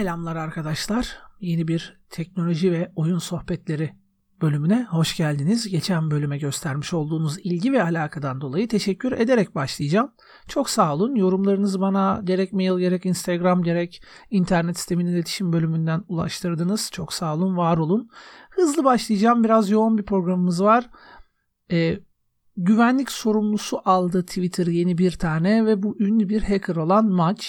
Selamlar arkadaşlar. Yeni bir teknoloji ve oyun sohbetleri bölümüne hoş geldiniz. Geçen bölüme göstermiş olduğunuz ilgi ve alakadan dolayı teşekkür ederek başlayacağım. Çok sağ olun. Yorumlarınızı bana gerek mail, gerek Instagram, gerek internet sitemin iletişim bölümünden ulaştırdınız. Çok sağ olun, var olun. Hızlı başlayacağım. Biraz yoğun bir programımız var. Güvenlik sorumlusu aldı Twitter yeni bir tane ve bu ünlü bir hacker olan Mudge.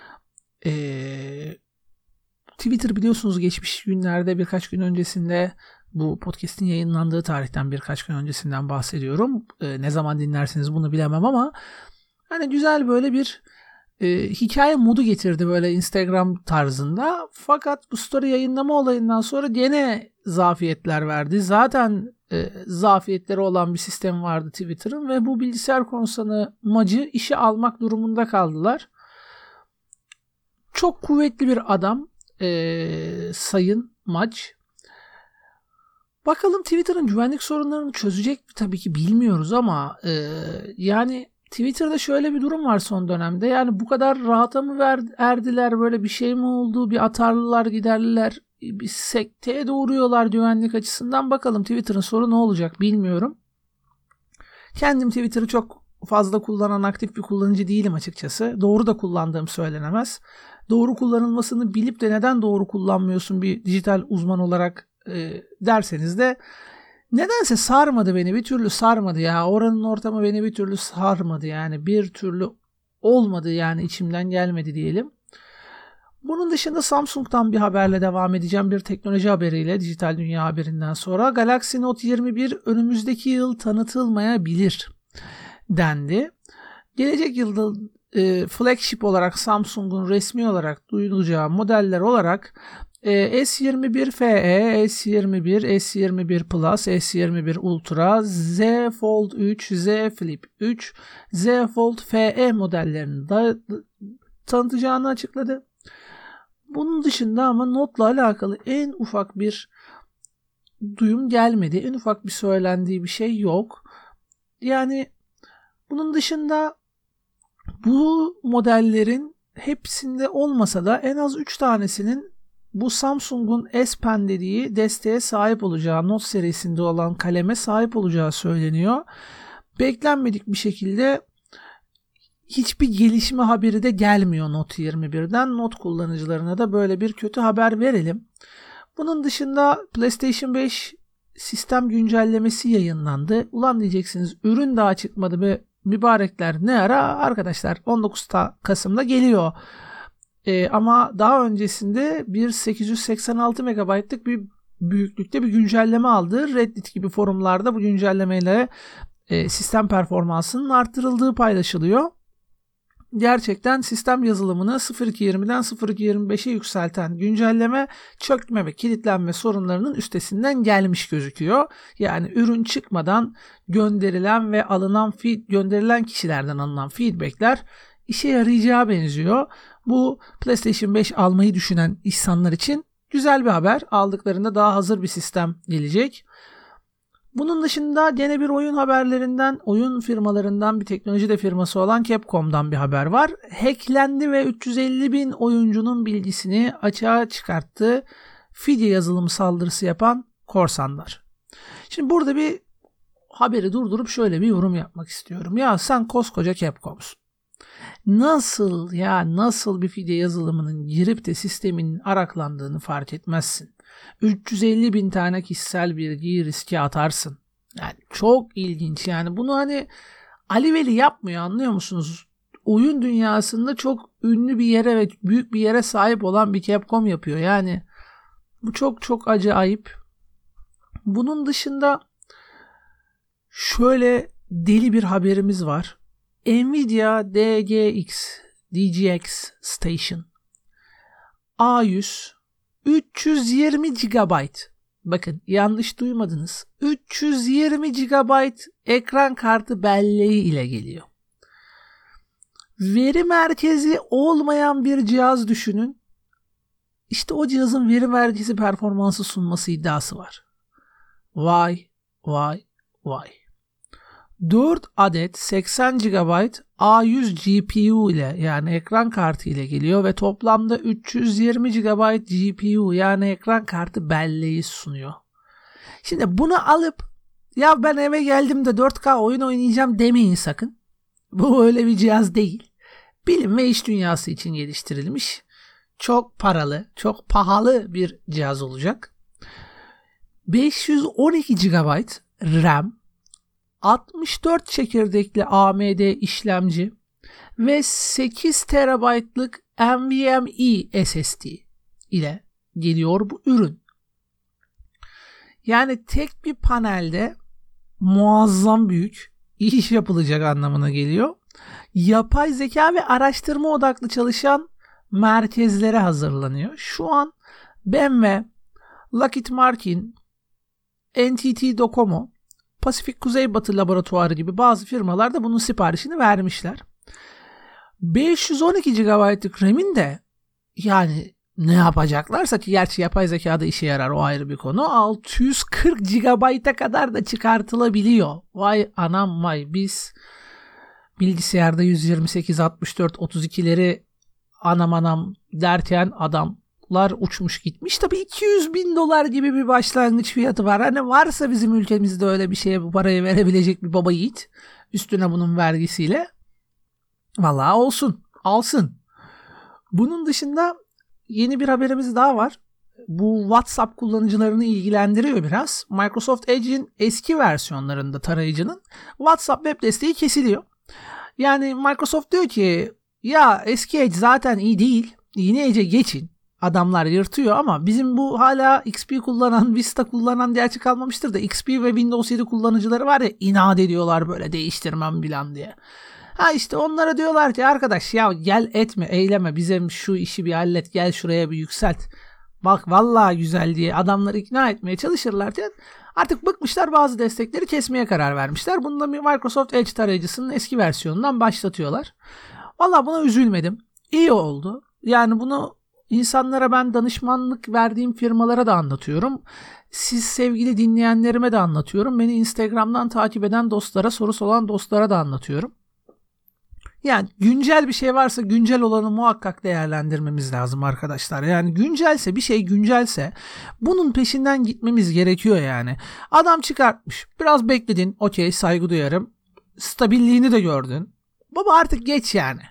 Twitter biliyorsunuz geçmiş günlerde birkaç gün öncesinde, bu podcast'in yayınlandığı tarihten birkaç gün öncesinden bahsediyorum. Ne zaman dinlersiniz bunu bilemem ama hani güzel böyle bir hikaye modu getirdi böyle Instagram tarzında. Fakat bu story yayınlama olayından sonra gene zafiyetler verdi. Zaten zafiyetleri olan bir sistem vardı Twitter'ın ve bu bilgisayar konusunu Mudge'ı işe almak durumunda kaldılar. Çok kuvvetli bir adam Sayın Mudge. Bakalım Twitter'ın güvenlik sorunlarını çözecek mi, tabii ki bilmiyoruz ama yani Twitter'da şöyle bir durum var son dönemde. Yani bu kadar rahata mı erdiler, böyle bir şey mi oldu, bir atarlılar giderliler, bir sekteye doğruyorlar güvenlik açısından. Bakalım Twitter'ın sorunu ne olacak bilmiyorum. Kendim Twitter'ı çok fazla kullanan aktif bir kullanıcı değilim açıkçası. Doğru da kullandığım söylenemez. Doğru kullanılmasını bilip de neden doğru kullanmıyorsun bir dijital uzman olarak derseniz de nedense sarmadı beni, bir türlü sarmadı ya. Oranın ortamı beni bir türlü sarmadı yani, bir türlü olmadı yani, içimden gelmedi diyelim. Bunun dışında Samsung'dan bir haberle devam edeceğim, bir teknoloji haberiyle, dijital dünya haberinden sonra. Galaxy Note 21 önümüzdeki yıl tanıtılmayabilir dendi. Gelecek yılda flagship olarak Samsung'un resmi olarak duyulacağı modeller olarak S21 FE, S21, S21 Plus, S21 Ultra, Z Fold 3, Z Flip 3, Z Fold FE modellerini tanıtacağını açıkladı. Bunun dışında ama Note'la alakalı en ufak bir duyum gelmedi. En ufak bir söylendiği bir şey yok. Yani bunun dışında bu modellerin hepsinde olmasa da en az 3 tanesinin bu Samsung'un S Pen dediği desteğe sahip olacağı, Note serisinde olan kaleme sahip olacağı söyleniyor. Beklenmedik bir şekilde hiçbir gelişme haberi de gelmiyor Note 21'den. Note kullanıcılarına da böyle bir kötü haber verelim. Bunun dışında PlayStation 5 sistem güncellemesi yayınlandı. Ulan diyeceksiniz, ürün daha çıkmadı be mübarekler, ne ara? Arkadaşlar 19 Kasım'da geliyor. Ama daha öncesinde bir 886 MB'lık bir büyüklükte bir güncelleme aldı. Reddit gibi forumlarda bu güncellemeyle sistem performansının arttırıldığı paylaşılıyor. Gerçekten sistem yazılımını 02.20'den 02.25'e yükselten güncelleme çökme ve kilitlenme sorunlarının üstesinden gelmiş gözüküyor. Yani ürün çıkmadan gönderilen ve gönderilen kişilerden alınan feedbackler işe yarayacağı benziyor. Bu PlayStation 5 almayı düşünen insanlar için güzel bir haber. Aldıklarında daha hazır bir sistem gelecek. Bunun dışında gene bir oyun haberlerinden, oyun firmalarından bir teknoloji de firması olan Capcom'dan bir haber var. Hacklendi ve 350.000 oyuncunun bilgisini açığa çıkarttı fidye yazılım saldırısı yapan korsanlar. Şimdi burada bir haberi durdurup şöyle bir yorum yapmak istiyorum. Ya sen koskoca Capcom'sun. Nasıl bir fidye yazılımının girip de sistemin araklandığını fark etmezsin? 350.000 tane kişisel bilgiyi riske atarsın. Yani çok ilginç. Yani bunu hani Ali Veli yapmıyor, anlıyor musunuz? Oyun dünyasında çok ünlü bir yere ve büyük bir yere sahip olan bir Capcom yapıyor. Yani bu çok çok acayip. Bunun dışında şöyle deli bir haberimiz var. Nvidia DGX Station A100 320 GB. Bakın, yanlış duymadınız. 320 GB ekran kartı belleği ile geliyor. Veri merkezi olmayan bir cihaz düşünün. İşte o cihazın veri merkezi performansı sunması iddiası var. Vay. 4 adet 80 GB A100 GPU ile yani ekran kartı ile geliyor ve toplamda 320 GB GPU yani ekran kartı belleği sunuyor. Şimdi bunu alıp ya ben eve geldim de 4K oyun oynayacağım demeyin sakın. Bu öyle bir cihaz değil. Bilim ve iş dünyası için geliştirilmiş. Çok paralı, çok pahalı bir cihaz olacak. 512 GB RAM, 64 çekirdekli AMD işlemci ve 8 TB'lık NVMe SSD ile geliyor bu ürün. Yani tek bir panelde muazzam büyük iş yapılacak anlamına geliyor. Yapay zeka ve araştırma odaklı çalışan merkezlere hazırlanıyor. Şu an BMW, Lockheed Martin, NTT Docomo, Pasifik Kuzeybatı Laboratuvarı gibi bazı firmalar da bunun siparişini vermişler. 512 GB'lık RAM'in de yani ne yapacaklarsa ki gerçi yapay zekada işe yarar o ayrı bir konu. 640 GB'a kadar da çıkartılabiliyor. Vay anam vay biz bilgisayarda 128, 64, 32'leri anam derken adamlar uçmuş gitmiş. Tabii 200 bin dolar gibi bir başlangıç fiyatı var. Hani varsa bizim ülkemizde öyle bir şeye bu parayı verebilecek bir baba yiğit üstüne bunun vergisiyle vallahi olsun alsın. Bunun dışında yeni bir haberimiz daha var. Bu WhatsApp kullanıcılarını ilgilendiriyor biraz. Microsoft Edge'in eski versiyonlarında tarayıcının WhatsApp web desteği kesiliyor. Yani Microsoft diyor ki ya eski Edge zaten iyi değil. Yeni Edge'e geçin. Adamlar yırtıyor ama bizim bu hala XP kullanan, Vista kullanan gerçi kalmamıştır da XP ve Windows 7 kullanıcıları var ya inat ediyorlar böyle değiştirmem bilen diye. Ha işte onlara diyorlar ki arkadaş ya gel etme eyleme bize şu işi bir hallet gel şuraya bir yükselt. Bak vallahi güzel diye adamları ikna etmeye çalışırlar diye artık bıkmışlar bazı destekleri kesmeye karar vermişler. Bunu da bir Microsoft Edge tarayıcısının eski versiyonundan başlatıyorlar. Vallahi buna üzülmedim. İyi oldu. Yani bunu insanlara ben danışmanlık verdiğim firmalara da anlatıyorum. Siz sevgili dinleyenlerime de anlatıyorum. Beni Instagram'dan takip eden dostlara, sorusu olan dostlara da anlatıyorum. Yani güncel bir şey varsa güncel olanı muhakkak değerlendirmemiz lazım arkadaşlar. Yani güncelse bir şey güncelse bunun peşinden gitmemiz gerekiyor yani. Adam çıkartmış. Biraz bekledin. Okey saygı duyarım. Stabilliğini de gördün. Baba artık geç yani.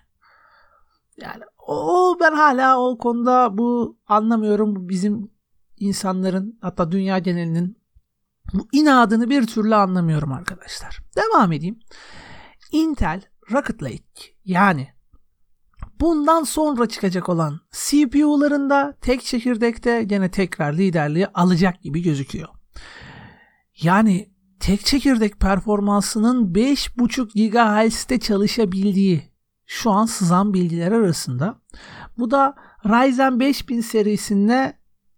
Yani ben hala o konuda bu anlamıyorum. Bu bizim insanların hatta dünya genelinin bu inadını bir türlü anlamıyorum arkadaşlar. Devam edeyim. Intel Rocket Lake yani bundan sonra çıkacak olan CPU'larında tek çekirdekte gene tekrar liderliği alacak gibi gözüküyor. Yani tek çekirdek performansının 5.5 GHz'de çalışabildiği şu an sızan bilgiler arasında. Bu da Ryzen 5000 serisinde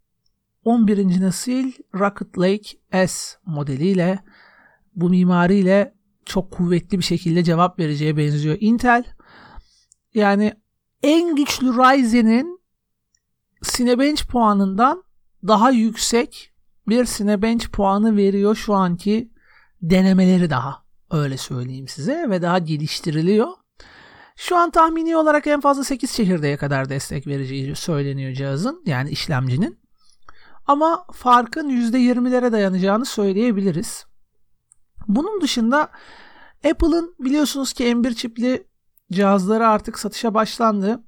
11. nesil Rocket Lake S modeliyle bu mimariyle çok kuvvetli bir şekilde cevap vereceğe benziyor. Intel yani en güçlü Ryzen'in Cinebench puanından daha yüksek bir Cinebench puanı veriyor şu anki denemeleri daha. Öyle söyleyeyim size ve daha geliştiriliyor. Şu an tahmini olarak en fazla 8 çekirdeğe kadar destek vereceği söyleniyor cihazın yani işlemcinin. Ama farkın %20'lere dayanacağını söyleyebiliriz. Bunun dışında Apple'ın biliyorsunuz ki M1 çipli cihazları artık satışa başlandı.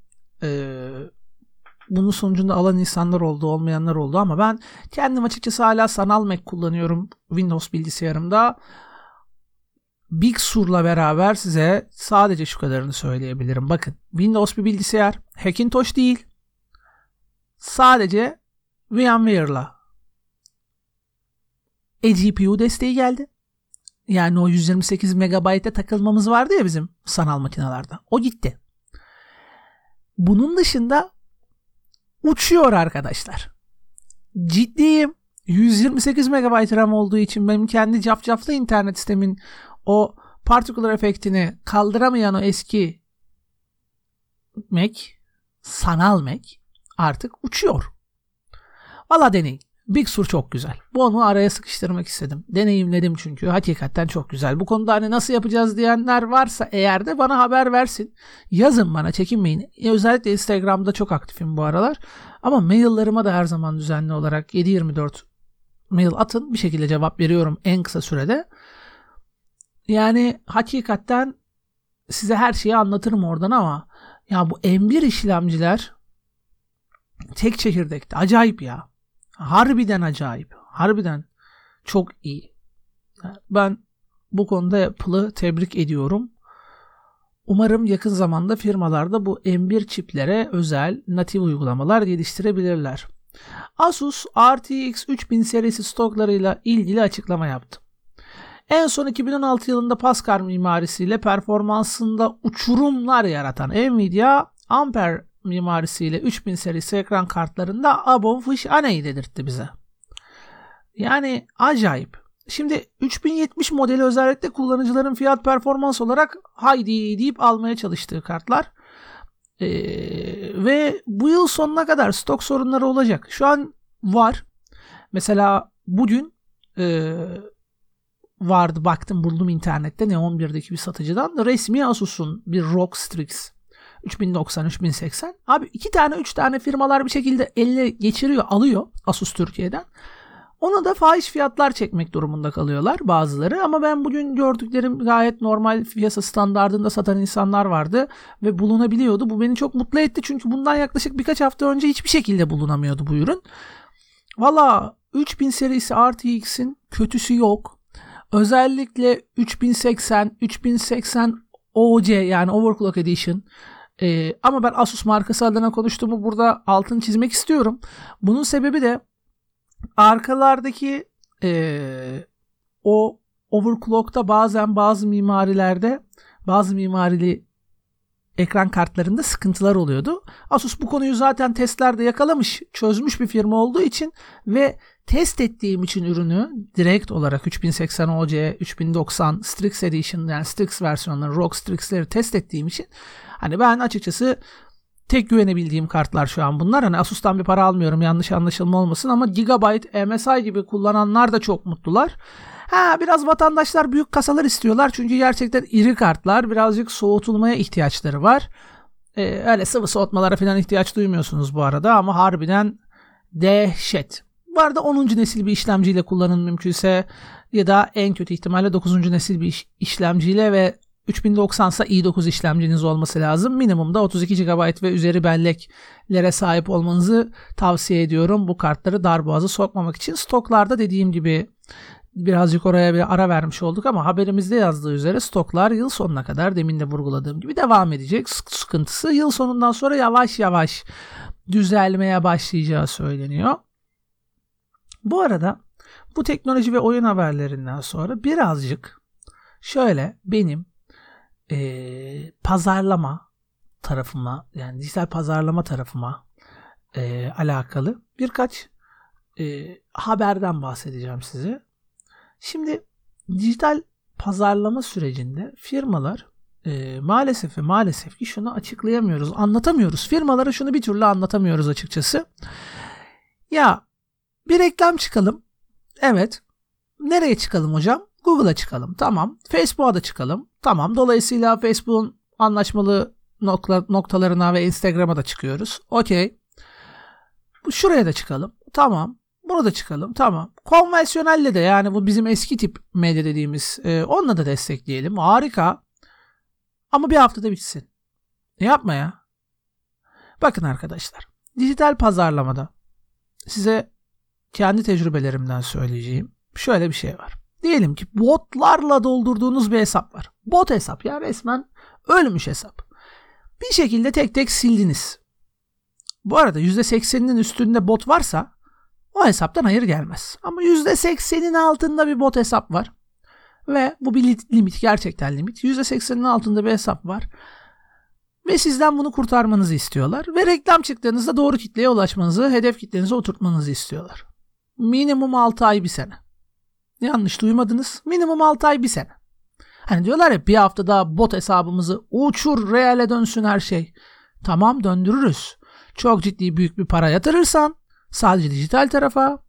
Bunun sonucunda alan insanlar oldu, olmayanlar oldu ama ben kendim açıkçası hala sanal Mac kullanıyorum Windows bilgisayarımda. Big Sur'la beraber size sadece şu kadarını söyleyebilirim. Bakın Windows bir bilgisayar, Hackintosh değil. Sadece VMware'la eGPU desteği geldi. Yani o 128 MB'e takılmamız vardı ya bizim sanal makinelerde. O gitti. Bunun dışında uçuyor arkadaşlar. Ciddiyim. 128 MB RAM olduğu için benim kendi cafcaflı internet sistemin o particular efektini kaldıramayan o eski Mac, sanal Mac artık uçuyor. Valla deneyin. Big Sur çok güzel. Bunu araya sıkıştırmak istedim. Deneyimledim çünkü. Hakikaten çok güzel. Bu konuda hani nasıl yapacağız diyenler varsa eğer de bana haber versin. Yazın bana, çekinmeyin. Özellikle Instagram'da çok aktifim bu aralar. Ama maillerime de her zaman düzenli olarak 7/24 mail atın. Bir şekilde cevap veriyorum en kısa sürede. Yani hakikaten size her şeyi anlatırım oradan ama ya bu M1 işlemciler tek çekirdekte acayip ya. Harbiden acayip. Harbiden çok iyi. Ben bu konuda Apple'ı tebrik ediyorum. Umarım yakın zamanda firmalarda bu M1 çiplere özel natif uygulamalar geliştirebilirler. Asus RTX 3000 serisi stoklarıyla ilgili açıklama yaptı. En son 2016 yılında Pascal mimarisiyle performansında uçurumlar yaratan Nvidia, Ampere mimarisiyle 3000 serisi ekran kartlarında above fish aneyi dedirtti bize. Yani acayip. Şimdi 3070 modeli özellikle kullanıcıların fiyat performans olarak haydi deyip almaya çalıştığı kartlar. Ve bu yıl sonuna kadar stok sorunları olacak. Şu an var. Mesela bugün vardı, baktım buldum internette Neon 1'deki bir satıcıdan. Resmi Asus'un bir ROG Strix 3090-3080. Abi 3 tane firmalar bir şekilde eline geçiriyor, alıyor Asus Türkiye'den. Ona da fahiş fiyatlar çekmek durumunda kalıyorlar bazıları. Ama ben bugün gördüklerim gayet normal piyasa standardında satan insanlar vardı ve bulunabiliyordu. Bu beni çok mutlu etti çünkü bundan yaklaşık birkaç hafta önce hiçbir şekilde bulunamıyordu bu ürün. Valla 3000 serisi RTX'in kötüsü yok. Özellikle 3080 OC yani Overclock Edition. Ama ben Asus markası adına konuştuğumu burada altını çizmek istiyorum. Bunun sebebi de arkalardaki o overclock'ta bazen bazı mimarili ekran kartlarında sıkıntılar oluyordu. Asus bu konuyu zaten testlerde yakalamış, çözmüş bir firma olduğu için ve test ettiğim için ürünü direkt olarak 3080 OC, 3090 Strix Edition yani Strix versiyonları, ROG Strix'leri test ettiğim için hani ben açıkçası tek güvenebildiğim kartlar şu an bunlar. Hani Asus'tan bir para almıyorum, yanlış anlaşılma olmasın ama Gigabyte, MSI gibi kullananlar da çok mutlular. Biraz vatandaşlar büyük kasalar istiyorlar çünkü gerçekten iri kartlar, birazcık soğutulmaya ihtiyaçları var. Öyle sıvı soğutmalara falan ihtiyaç duymuyorsunuz bu arada ama harbiden dehşet. Bu arada 10. nesil bir işlemciyle kullanın mümkünse ya da en kötü ihtimalle 9. nesil bir işlemciyle ve 3090 ise i9 işlemciniz olması lazım. Minimumda 32 GB ve üzeri belleklere sahip olmanızı tavsiye ediyorum. Bu kartları darboğaza sokmamak için. Stoklarda dediğim gibi birazcık oraya bir ara vermiş olduk ama haberimizde yazdığı üzere stoklar yıl sonuna kadar demin de vurguladığım gibi devam edecek. Sıkıntısı yıl sonundan sonra yavaş yavaş düzelmeye başlayacağı söyleniyor. Bu arada bu teknoloji ve oyun haberlerinden sonra birazcık şöyle benim pazarlama tarafıma yani dijital pazarlama tarafıma alakalı birkaç haberden bahsedeceğim size. Şimdi dijital pazarlama sürecinde firmalar maalesef ki şunu açıklayamıyoruz, anlatamıyoruz. Firmalara şunu bir türlü anlatamıyoruz açıkçası. Ya bir reklam çıkalım. Evet. Nereye çıkalım hocam? Google'a çıkalım. Tamam. Facebook'a da çıkalım. Tamam. Dolayısıyla Facebook'un anlaşmalı noktalarına ve Instagram'a da çıkıyoruz. Okey. Şuraya da çıkalım. Tamam. Buna da çıkalım. Tamam. Konvansiyonelle de yani bu bizim eski tip medya dediğimiz onunla da destekleyelim. Harika. Ama bir haftada bitsin. Yapma ya. Bakın arkadaşlar. Dijital pazarlamada size kendi tecrübelerimden söyleyeceğim şöyle bir şey var. Diyelim ki botlarla doldurduğunuz bir hesap var. Bot hesap ya, resmen ölmüş hesap. Bir şekilde tek tek sildiniz. Bu arada %80'inin üstünde bot varsa o hesaptan hayır gelmez. Ama %80'in altında bir bot hesap var. Ve bu bir limit, gerçekten limit. %80'in altında bir hesap var. Ve sizden bunu kurtarmanızı istiyorlar. Ve reklam çıktığınızda doğru kitleye ulaşmanızı, hedef kitlenize oturtmanızı istiyorlar. Minimum 6 ay 1 sene. Yanlış duymadınız. Minimum 6 ay 1 sene. Hani diyorlar ya bir haftada bot hesabımızı uçur, reale dönsün her şey. Tamam, döndürürüz. Çok ciddi büyük bir para yatırırsan sadece dijital tarafa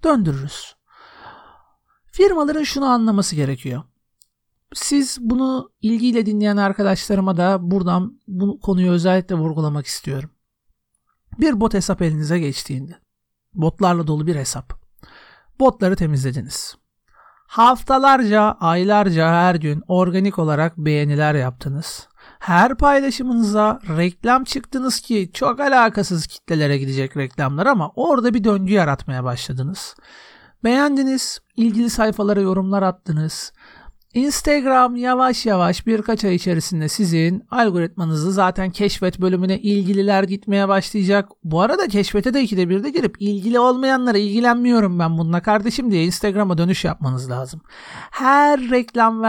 döndürürüz. Firmaların şunu anlaması gerekiyor. Siz bunu ilgiyle dinleyen arkadaşlarıma da buradan bu konuyu özellikle vurgulamak istiyorum. Bir bot hesap elinize geçtiğinde, botlarla dolu bir hesap. Botları temizlediniz. Haftalarca, aylarca her gün organik olarak beğeniler yaptınız. Her paylaşımınıza reklam çıktınız ki çok alakasız kitlelere gidecek reklamlar ama orada bir döngü yaratmaya başladınız. Beğendiniz, ilgili sayfalara yorumlar attınız. Instagram yavaş yavaş birkaç ay içerisinde sizin algoritmanızı zaten keşfet bölümüne ilgililer gitmeye başlayacak. Bu arada keşfete de 2'de 1'de girip ilgili olmayanlara ilgilenmiyorum ben bununla kardeşim diye Instagram'a dönüş yapmanız lazım. Her reklam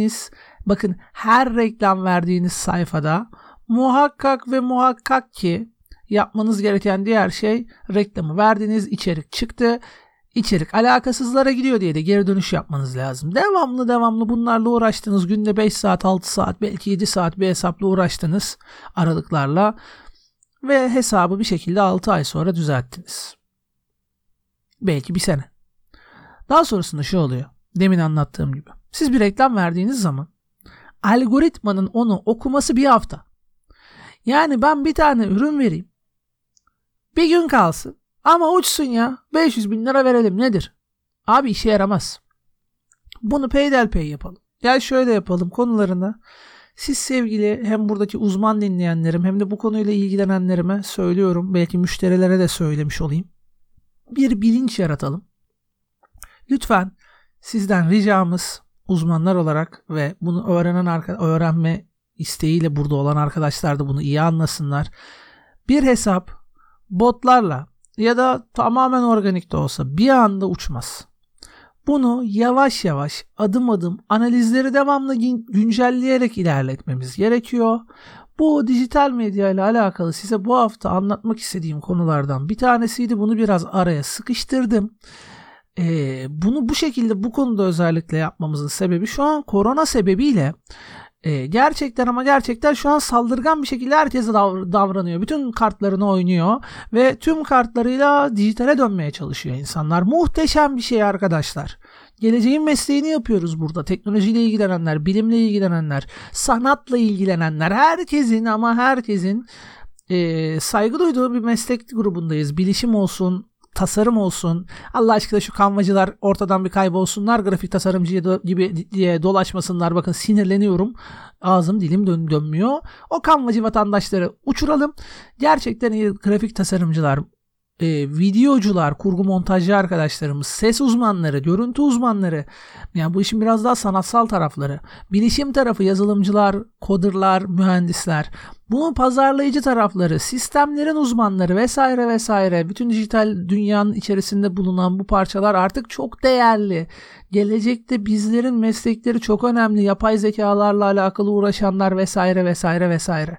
verdiğiniz sayfada muhakkak ve muhakkak ki yapmanız gereken diğer şey reklamı verdiniz, içerik çıktı. İçerik alakasızlara gidiyor diye de geri dönüş yapmanız lazım. Devamlı bunlarla uğraştınız. Günde 5 saat, 6 saat, belki 7 saat bir hesapla uğraştınız aralıklarla. Ve hesabı bir şekilde 6 ay sonra düzelttiniz. Belki bir sene. Daha sonrasında şu oluyor. Demin anlattığım gibi. Siz bir reklam verdiğiniz zaman algoritmanın onu okuması bir hafta. Yani ben bir tane ürün vereyim. Bir gün kalsın. Ama uçsun ya. 500.000 lira verelim nedir? Abi işe yaramaz. Bunu pay yapalım. Gel şöyle yapalım konularını. Siz sevgili hem buradaki uzman dinleyenlerim hem de bu konuyla ilgilenenlerime söylüyorum. Belki müşterilere de söylemiş olayım. Bir bilinç yaratalım. Lütfen sizden ricamız uzmanlar olarak ve bunu öğrenme isteğiyle burada olan arkadaşlar da bunu iyi anlasınlar. Bir hesap botlarla ya da tamamen organik de olsa bir anda uçmaz. Bunu yavaş yavaş adım adım analizleri devamlı güncelleyerek ilerletmemiz gerekiyor. Bu dijital medya ile alakalı size bu hafta anlatmak istediğim konulardan bir tanesiydi. Bunu biraz araya sıkıştırdım. Bunu bu şekilde bu konuda özellikle yapmamızın sebebi şu an korona sebebiyle gerçekten şu an saldırgan bir şekilde herkese davranıyor. Bütün kartlarını oynuyor ve tüm kartlarıyla dijitale dönmeye çalışıyor insanlar. Muhteşem bir şey arkadaşlar. Geleceğin mesleğini yapıyoruz burada. Teknolojiyle ilgilenenler, bilimle ilgilenenler, sanatla ilgilenenler, herkesin saygı duyduğu bir meslek grubundayız. Bilişim olsun, tasarım olsun. Allah aşkına şu kanvacılar ortadan bir kaybolsunlar. Grafik tasarımcı gibi diye dolaşmasınlar. Bakın sinirleniyorum. Ağzım dilim dönmüyor. O kanvacı vatandaşları uçuralım. Gerçekten iyi grafik tasarımcılar, videocular, kurgu montajcı arkadaşlarımız, ses uzmanları, görüntü uzmanları, yani bu işin biraz daha sanatsal tarafları, bilişim tarafı, yazılımcılar, coderlar, mühendisler, bunun pazarlayıcı tarafları, sistemlerin uzmanları vesaire, bütün dijital dünyanın içerisinde bulunan bu parçalar artık çok değerli. Gelecekte bizlerin meslekleri çok önemli. Yapay zekalarla alakalı uğraşanlar vesaire.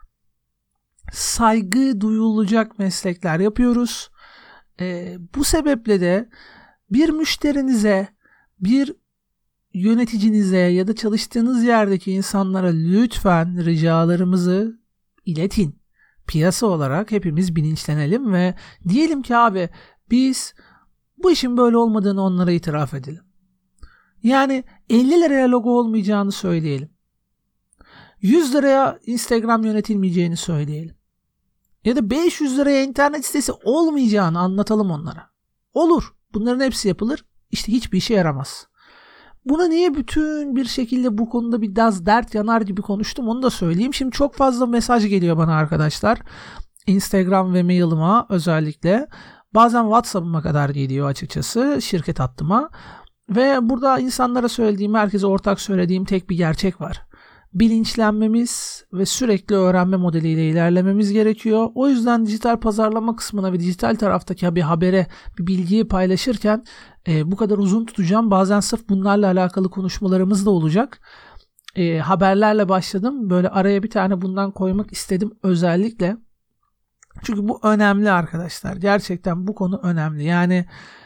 Saygı duyulacak meslekler yapıyoruz. Bu sebeple de bir müşterinize, bir yöneticinize ya da çalıştığınız yerdeki insanlara lütfen ricalarımızı iletin. Piyasa olarak hepimiz bilinçlenelim ve diyelim ki abi biz bu işin böyle olmadığını onlara itiraf edelim. Yani 50 liraya logo olmayacağını söyleyelim. 100 liraya Instagram yönetilmeyeceğini söyleyelim. Ya da 500 liraya internet sitesi olmayacağını anlatalım onlara. Olur. Bunların hepsi yapılır. İşte hiçbir işe yaramaz. Buna niye bütün bir şekilde bu konuda bir dert yanar gibi konuştum onu da söyleyeyim. Şimdi çok fazla mesaj geliyor bana arkadaşlar. Instagram ve mail'ıma özellikle. Bazen WhatsApp'ıma kadar geliyor açıkçası şirket hattıma. Ve burada insanlara söylediğim, herkese ortak söylediğim tek bir gerçek var. Bilinçlenmemiz ve sürekli öğrenme modeliyle ilerlememiz gerekiyor. O yüzden dijital pazarlama kısmına ve dijital taraftaki bir habere, bir bilgiyi paylaşırken bu kadar uzun tutacağım. Bazen sırf bunlarla alakalı konuşmalarımız da olacak. Haberlerle başladım. Böyle araya bir tane bundan koymak istedim özellikle. Çünkü bu önemli arkadaşlar. Gerçekten bu konu önemli. Yani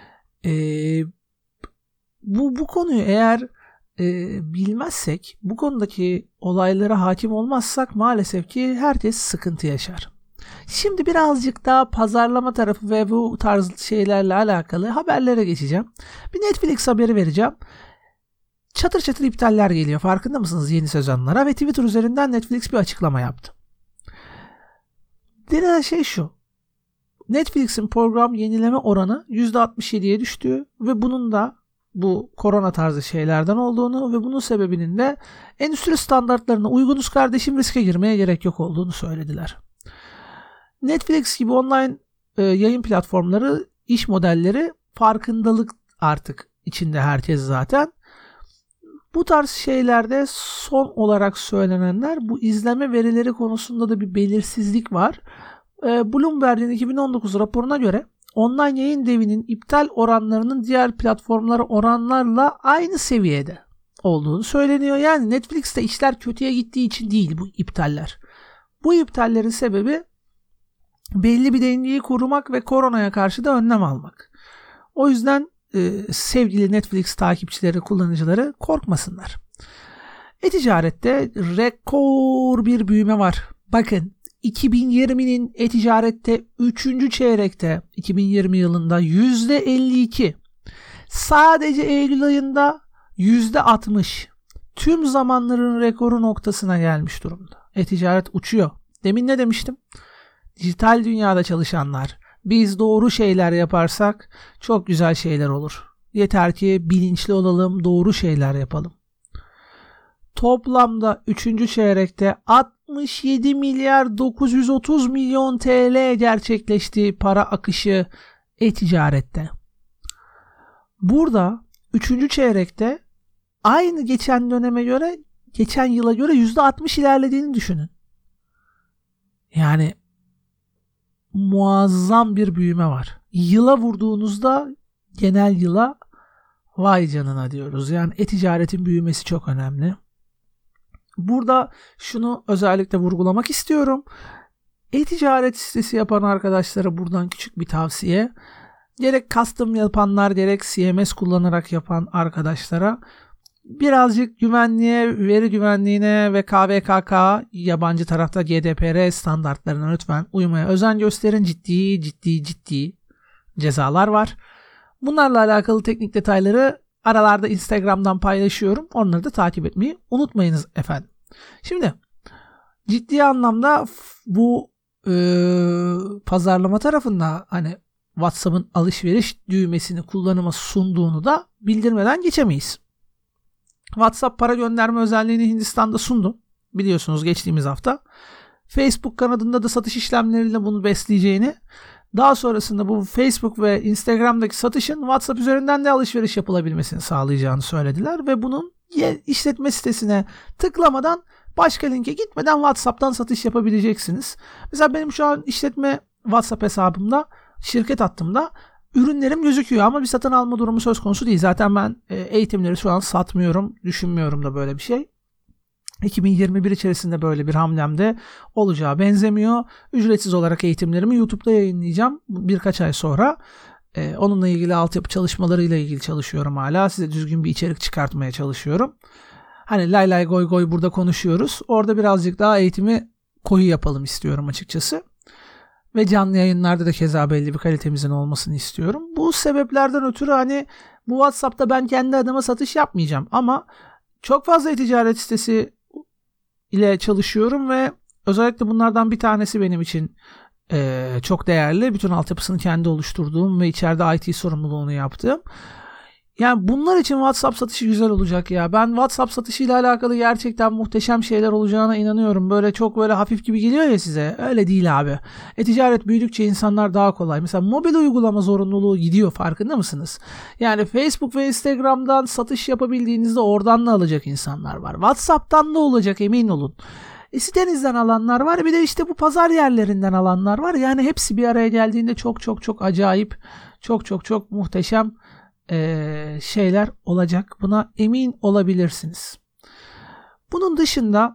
bu konuyu eğer bilmezsek, bu konudaki olaylara hakim olmazsak maalesef ki herkes sıkıntı yaşar. Şimdi birazcık daha pazarlama tarafı ve bu tarz şeylerle alakalı haberlere geçeceğim. Bir Netflix haberi vereceğim. Çatır çatır iptaller geliyor. Farkında mısınız yeni sezonlara? Ve Twitter üzerinden Netflix bir açıklama yaptı. Denilen şey şu. Netflix'in program yenileme oranı %67'ye düştü ve bunun da bu korona tarzı şeylerden olduğunu ve bunun sebebinin de endüstri standartlarına uygunuz kardeşim, riske girmeye gerek yok olduğunu söylediler. Netflix gibi online yayın platformları, iş modelleri farkındalık artık içinde herkes zaten. Bu tarz şeylerde son olarak söylenenler, bu izleme verileri konusunda da bir belirsizlik var. Bloomberg'in 2019 raporuna göre online yayın devinin iptal oranlarının diğer platformlara oranlarla aynı seviyede olduğunu söyleniyor. Yani Netflix'te işler kötüye gittiği için değil bu iptaller. Bu iptallerin sebebi belli bir dengeyi korumak ve koronaya karşı da önlem almak. O yüzden sevgili Netflix takipçileri, kullanıcıları korkmasınlar. E-ticarette rekor bir büyüme var. Bakın 2020'nin e-ticarette 3. çeyrekte 2020 yılında %52. Sadece Eylül ayında %60. Tüm zamanların rekoru noktasına gelmiş durumda. E-ticaret uçuyor. Demin ne demiştim? Dijital dünyada çalışanlar, biz doğru şeyler yaparsak çok güzel şeyler olur. Yeter ki bilinçli olalım, doğru şeyler yapalım. Toplamda 3. çeyrekte 67 milyar 930 milyon TL gerçekleştiği para akışı e-ticarette. Burada 3. çeyrekte aynı geçen döneme göre, geçen yıla göre %60 ilerlediğini düşünün. Yani muazzam bir büyüme var. Yıla vurduğunuzda genel yıla vay canına diyoruz. Yani e-ticaretin büyümesi çok önemli. Burada şunu özellikle vurgulamak istiyorum. E-ticaret sitesi yapan arkadaşlara buradan küçük bir tavsiye. Gerek custom yapanlar, gerek CMS kullanarak yapan arkadaşlara birazcık güvenliğe, veri güvenliğine ve KVKK, yabancı tarafta GDPR standartlarına lütfen uymaya özen gösterin. Ciddi cezalar var. Bunlarla alakalı teknik detayları aralarda Instagram'dan paylaşıyorum. Onları da takip etmeyi unutmayınız efendim. Şimdi ciddi anlamda bu pazarlama tarafında hani WhatsApp'ın alışveriş düğmesini kullanıma sunduğunu da bildirmeden geçemeyiz. WhatsApp para gönderme özelliğini Hindistan'da sundu. Biliyorsunuz geçtiğimiz hafta. Facebook kanadında da satış işlemleriyle bunu besleyeceğini, daha sonrasında bu Facebook ve Instagram'daki satışın WhatsApp üzerinden de alışveriş yapılabilmesini sağlayacağını söylediler ve bunun işletme sitesine tıklamadan, başka linke gitmeden WhatsApp'tan satış yapabileceksiniz. Mesela benim şu an işletme WhatsApp hesabımda, şirket hattımda ürünlerim gözüküyor ama bir satın alma durumu söz konusu değil. Zaten ben eğitimleri şu an satmıyorum, düşünmüyorum da böyle bir şey. 2021 içerisinde böyle bir hamlemde olacağı benzemiyor. Ücretsiz olarak eğitimlerimi YouTube'da yayınlayacağım birkaç ay sonra. Onunla ilgili altyapı çalışmalarıyla ilgili çalışıyorum hala. Size düzgün bir içerik çıkartmaya çalışıyorum. Hani lay lay goy goy burada konuşuyoruz. Orada birazcık daha eğitimi koyu yapalım istiyorum açıkçası. Ve canlı yayınlarda da keza belli bir kalitemizin olmasını istiyorum. Bu sebeplerden ötürü hani bu WhatsApp'ta ben kendi adıma satış yapmayacağım. Ama çok fazla e-ticaret sitesi ile çalışıyorum ve özellikle bunlardan bir tanesi benim için çok değerli. Bütün altyapısını kendi oluşturduğum ve içeride IT sorumluluğunu yaptığım. Yani bunlar için WhatsApp satışı güzel olacak ya. Ben WhatsApp satışıyla alakalı gerçekten muhteşem şeyler olacağına inanıyorum. Böyle çok böyle hafif gibi geliyor ya size. Öyle değil abi. E-ticaret büyüdükçe insanlar daha kolay. Mesela mobil uygulama zorunluluğu gidiyor, farkında mısınız? Yani Facebook ve Instagram'dan satış yapabildiğinizde oradan da alacak insanlar var. WhatsApp'tan da olacak, emin olun. Sitenizden alanlar var. Bir de işte bu pazar yerlerinden alanlar var. Yani hepsi bir araya geldiğinde çok acayip, çok muhteşem şeyler olacak. Buna emin olabilirsiniz. Bunun dışında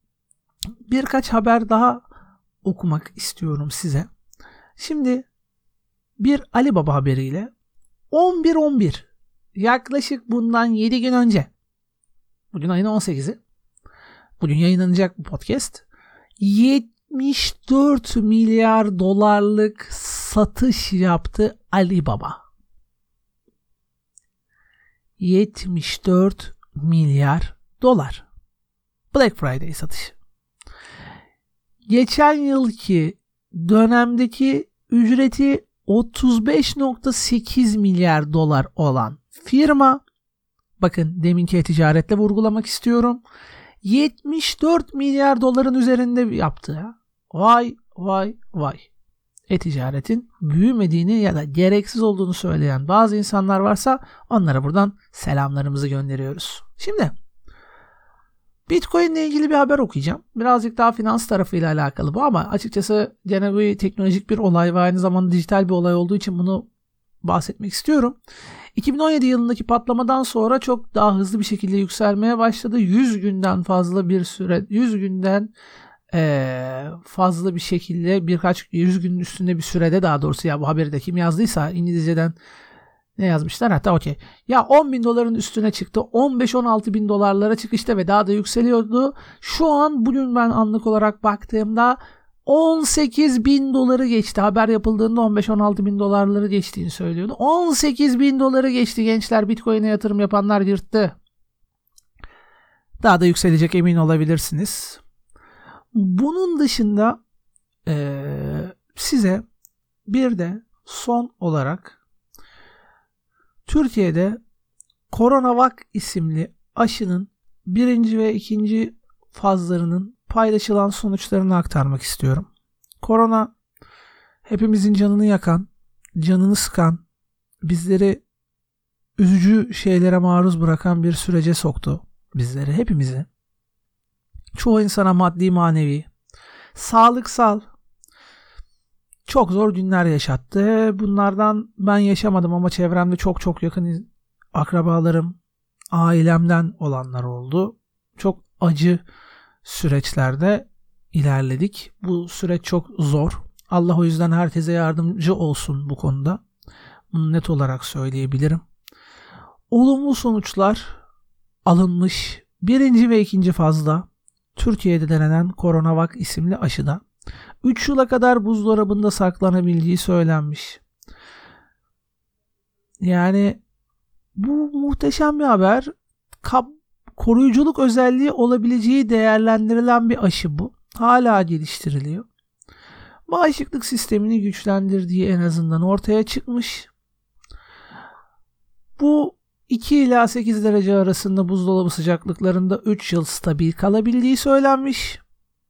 birkaç haber daha okumak istiyorum size. Şimdi bir Alibaba haberiyle 11.11 yaklaşık bundan 7 gün önce, bugün ayın 18'i, bugün yayınlanacak bu podcast, 74 milyar dolarlık satış yaptı Alibaba. 74 milyar dolar. Black Friday satışı. Geçen yılki dönemdeki ücreti 35.8 milyar dolar olan firma, bakın deminki e-ticaretle vurgulamak istiyorum, 74 milyar doların üzerinde yaptı ya. Vay vay vay. E-ticaretin büyümediğini ya da gereksiz olduğunu söyleyen bazı insanlar varsa onlara buradan selamlarımızı gönderiyoruz. Şimdi Bitcoin ile ilgili bir haber okuyacağım. Birazcık daha finans tarafıyla alakalı bu ama açıkçası gene bu teknolojik bir olay ve aynı zamanda dijital bir olay olduğu için bunu bahsetmek istiyorum. 2017 yılındaki patlamadan sonra çok daha hızlı bir şekilde yükselmeye başladı. 100 günden fazla bir süre, 100 günden fazla bir şekilde 100 günün üstünde bir sürede, daha doğrusu ya bu haberi de kim yazdıysa İngilizceden ne yazmışlar? Hatta okey. Ya 10 bin doların üstüne çıktı. 15-16 bin dolarlara çıkışta ve daha da yükseliyordu. Şu an bugün ben anlık olarak baktığımda 18 bin doları geçti. Haber yapıldığında 15-16 bin dolarları geçtiğini söylüyordu. 18 bin doları geçti gençler. Bitcoin'e yatırım yapanlar yırttı. Daha da yükselecek, emin olabilirsiniz. Bunun dışında size bir de son olarak Türkiye'de CoronaVac isimli aşının 1. ve 2. fazlarının paylaşılan sonuçlarını aktarmak istiyorum. Korona hepimizin canını yakan, canını sıkan, bizleri üzücü şeylere maruz bırakan bir sürece soktu bizleri, hepimizi. Çoğu insana maddi manevi, sağlıksal çok zor günler yaşattı. Bunlardan ben yaşamadım ama çevremde çok yakın akrabalarım, ailemden olanlar oldu. Çok acı süreçlerde ilerledik. Bu süreç çok zor. Allah o yüzden herkese yardımcı olsun bu konuda. Bunu net olarak söyleyebilirim. Olumlu sonuçlar alınmış 1. ve 2. fazla Türkiye'de denenen CoronaVac isimli aşıda 3 yıla kadar buzdolabında saklanabildiği söylenmiş. Yani bu muhteşem bir haber. Koruyuculuk özelliği olabileceği değerlendirilen bir aşı bu. Hala geliştiriliyor. Bağışıklık sistemini güçlendirdiği en azından ortaya çıkmış. Bu 2 ila 8 derece arasında buzdolabı sıcaklıklarında 3 yıl stabil kalabildiği söylenmiş.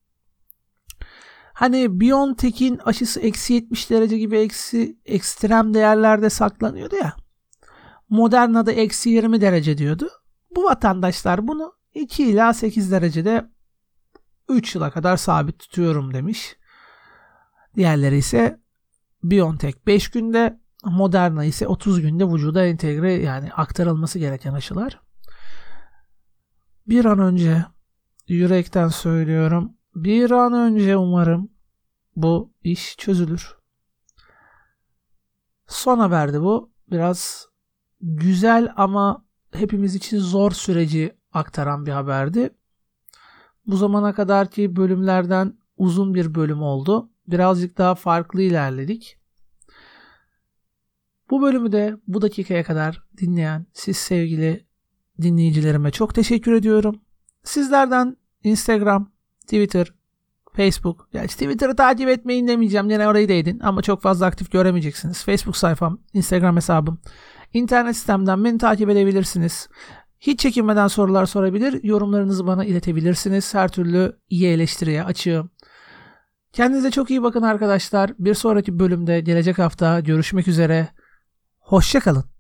Hani BioNTech'in aşısı -70 derece gibi ekstrem değerlerde saklanıyordu ya. Moderna'da -20 derece diyordu. Bu vatandaşlar bunu 2 ila 8 derecede 3 yıla kadar sabit tutuyorum demiş. Diğerleri ise BioNTech 5 günde, Moderna ise 30 günde vücuda entegre, yani aktarılması gereken aşılar. Bir an önce, yürekten söylüyorum, bir an önce umarım bu iş çözülür. Son haberdi bu. Biraz güzel ama hepimiz için zor süreci aktaran bir haberdi. Bu zamana kadarki bölümlerden uzun bir bölüm oldu. Birazcık daha farklı ilerledik. Bu bölümü de bu dakikaya kadar dinleyen siz sevgili dinleyicilerime çok teşekkür ediyorum. Sizlerden Instagram, Twitter, Facebook, yani Twitter'ı takip etmeyin demeyeceğim, yine orayı da edin ama çok fazla aktif göremeyeceksiniz. Facebook sayfam, Instagram hesabım, internet sitemden beni takip edebilirsiniz. Hiç çekinmeden sorular sorabilir, yorumlarınızı bana iletebilirsiniz. Her türlü iyi eleştiriye açığım. Kendinize çok iyi bakın arkadaşlar. Bir sonraki bölümde gelecek hafta görüşmek üzere. Hoşça kalın.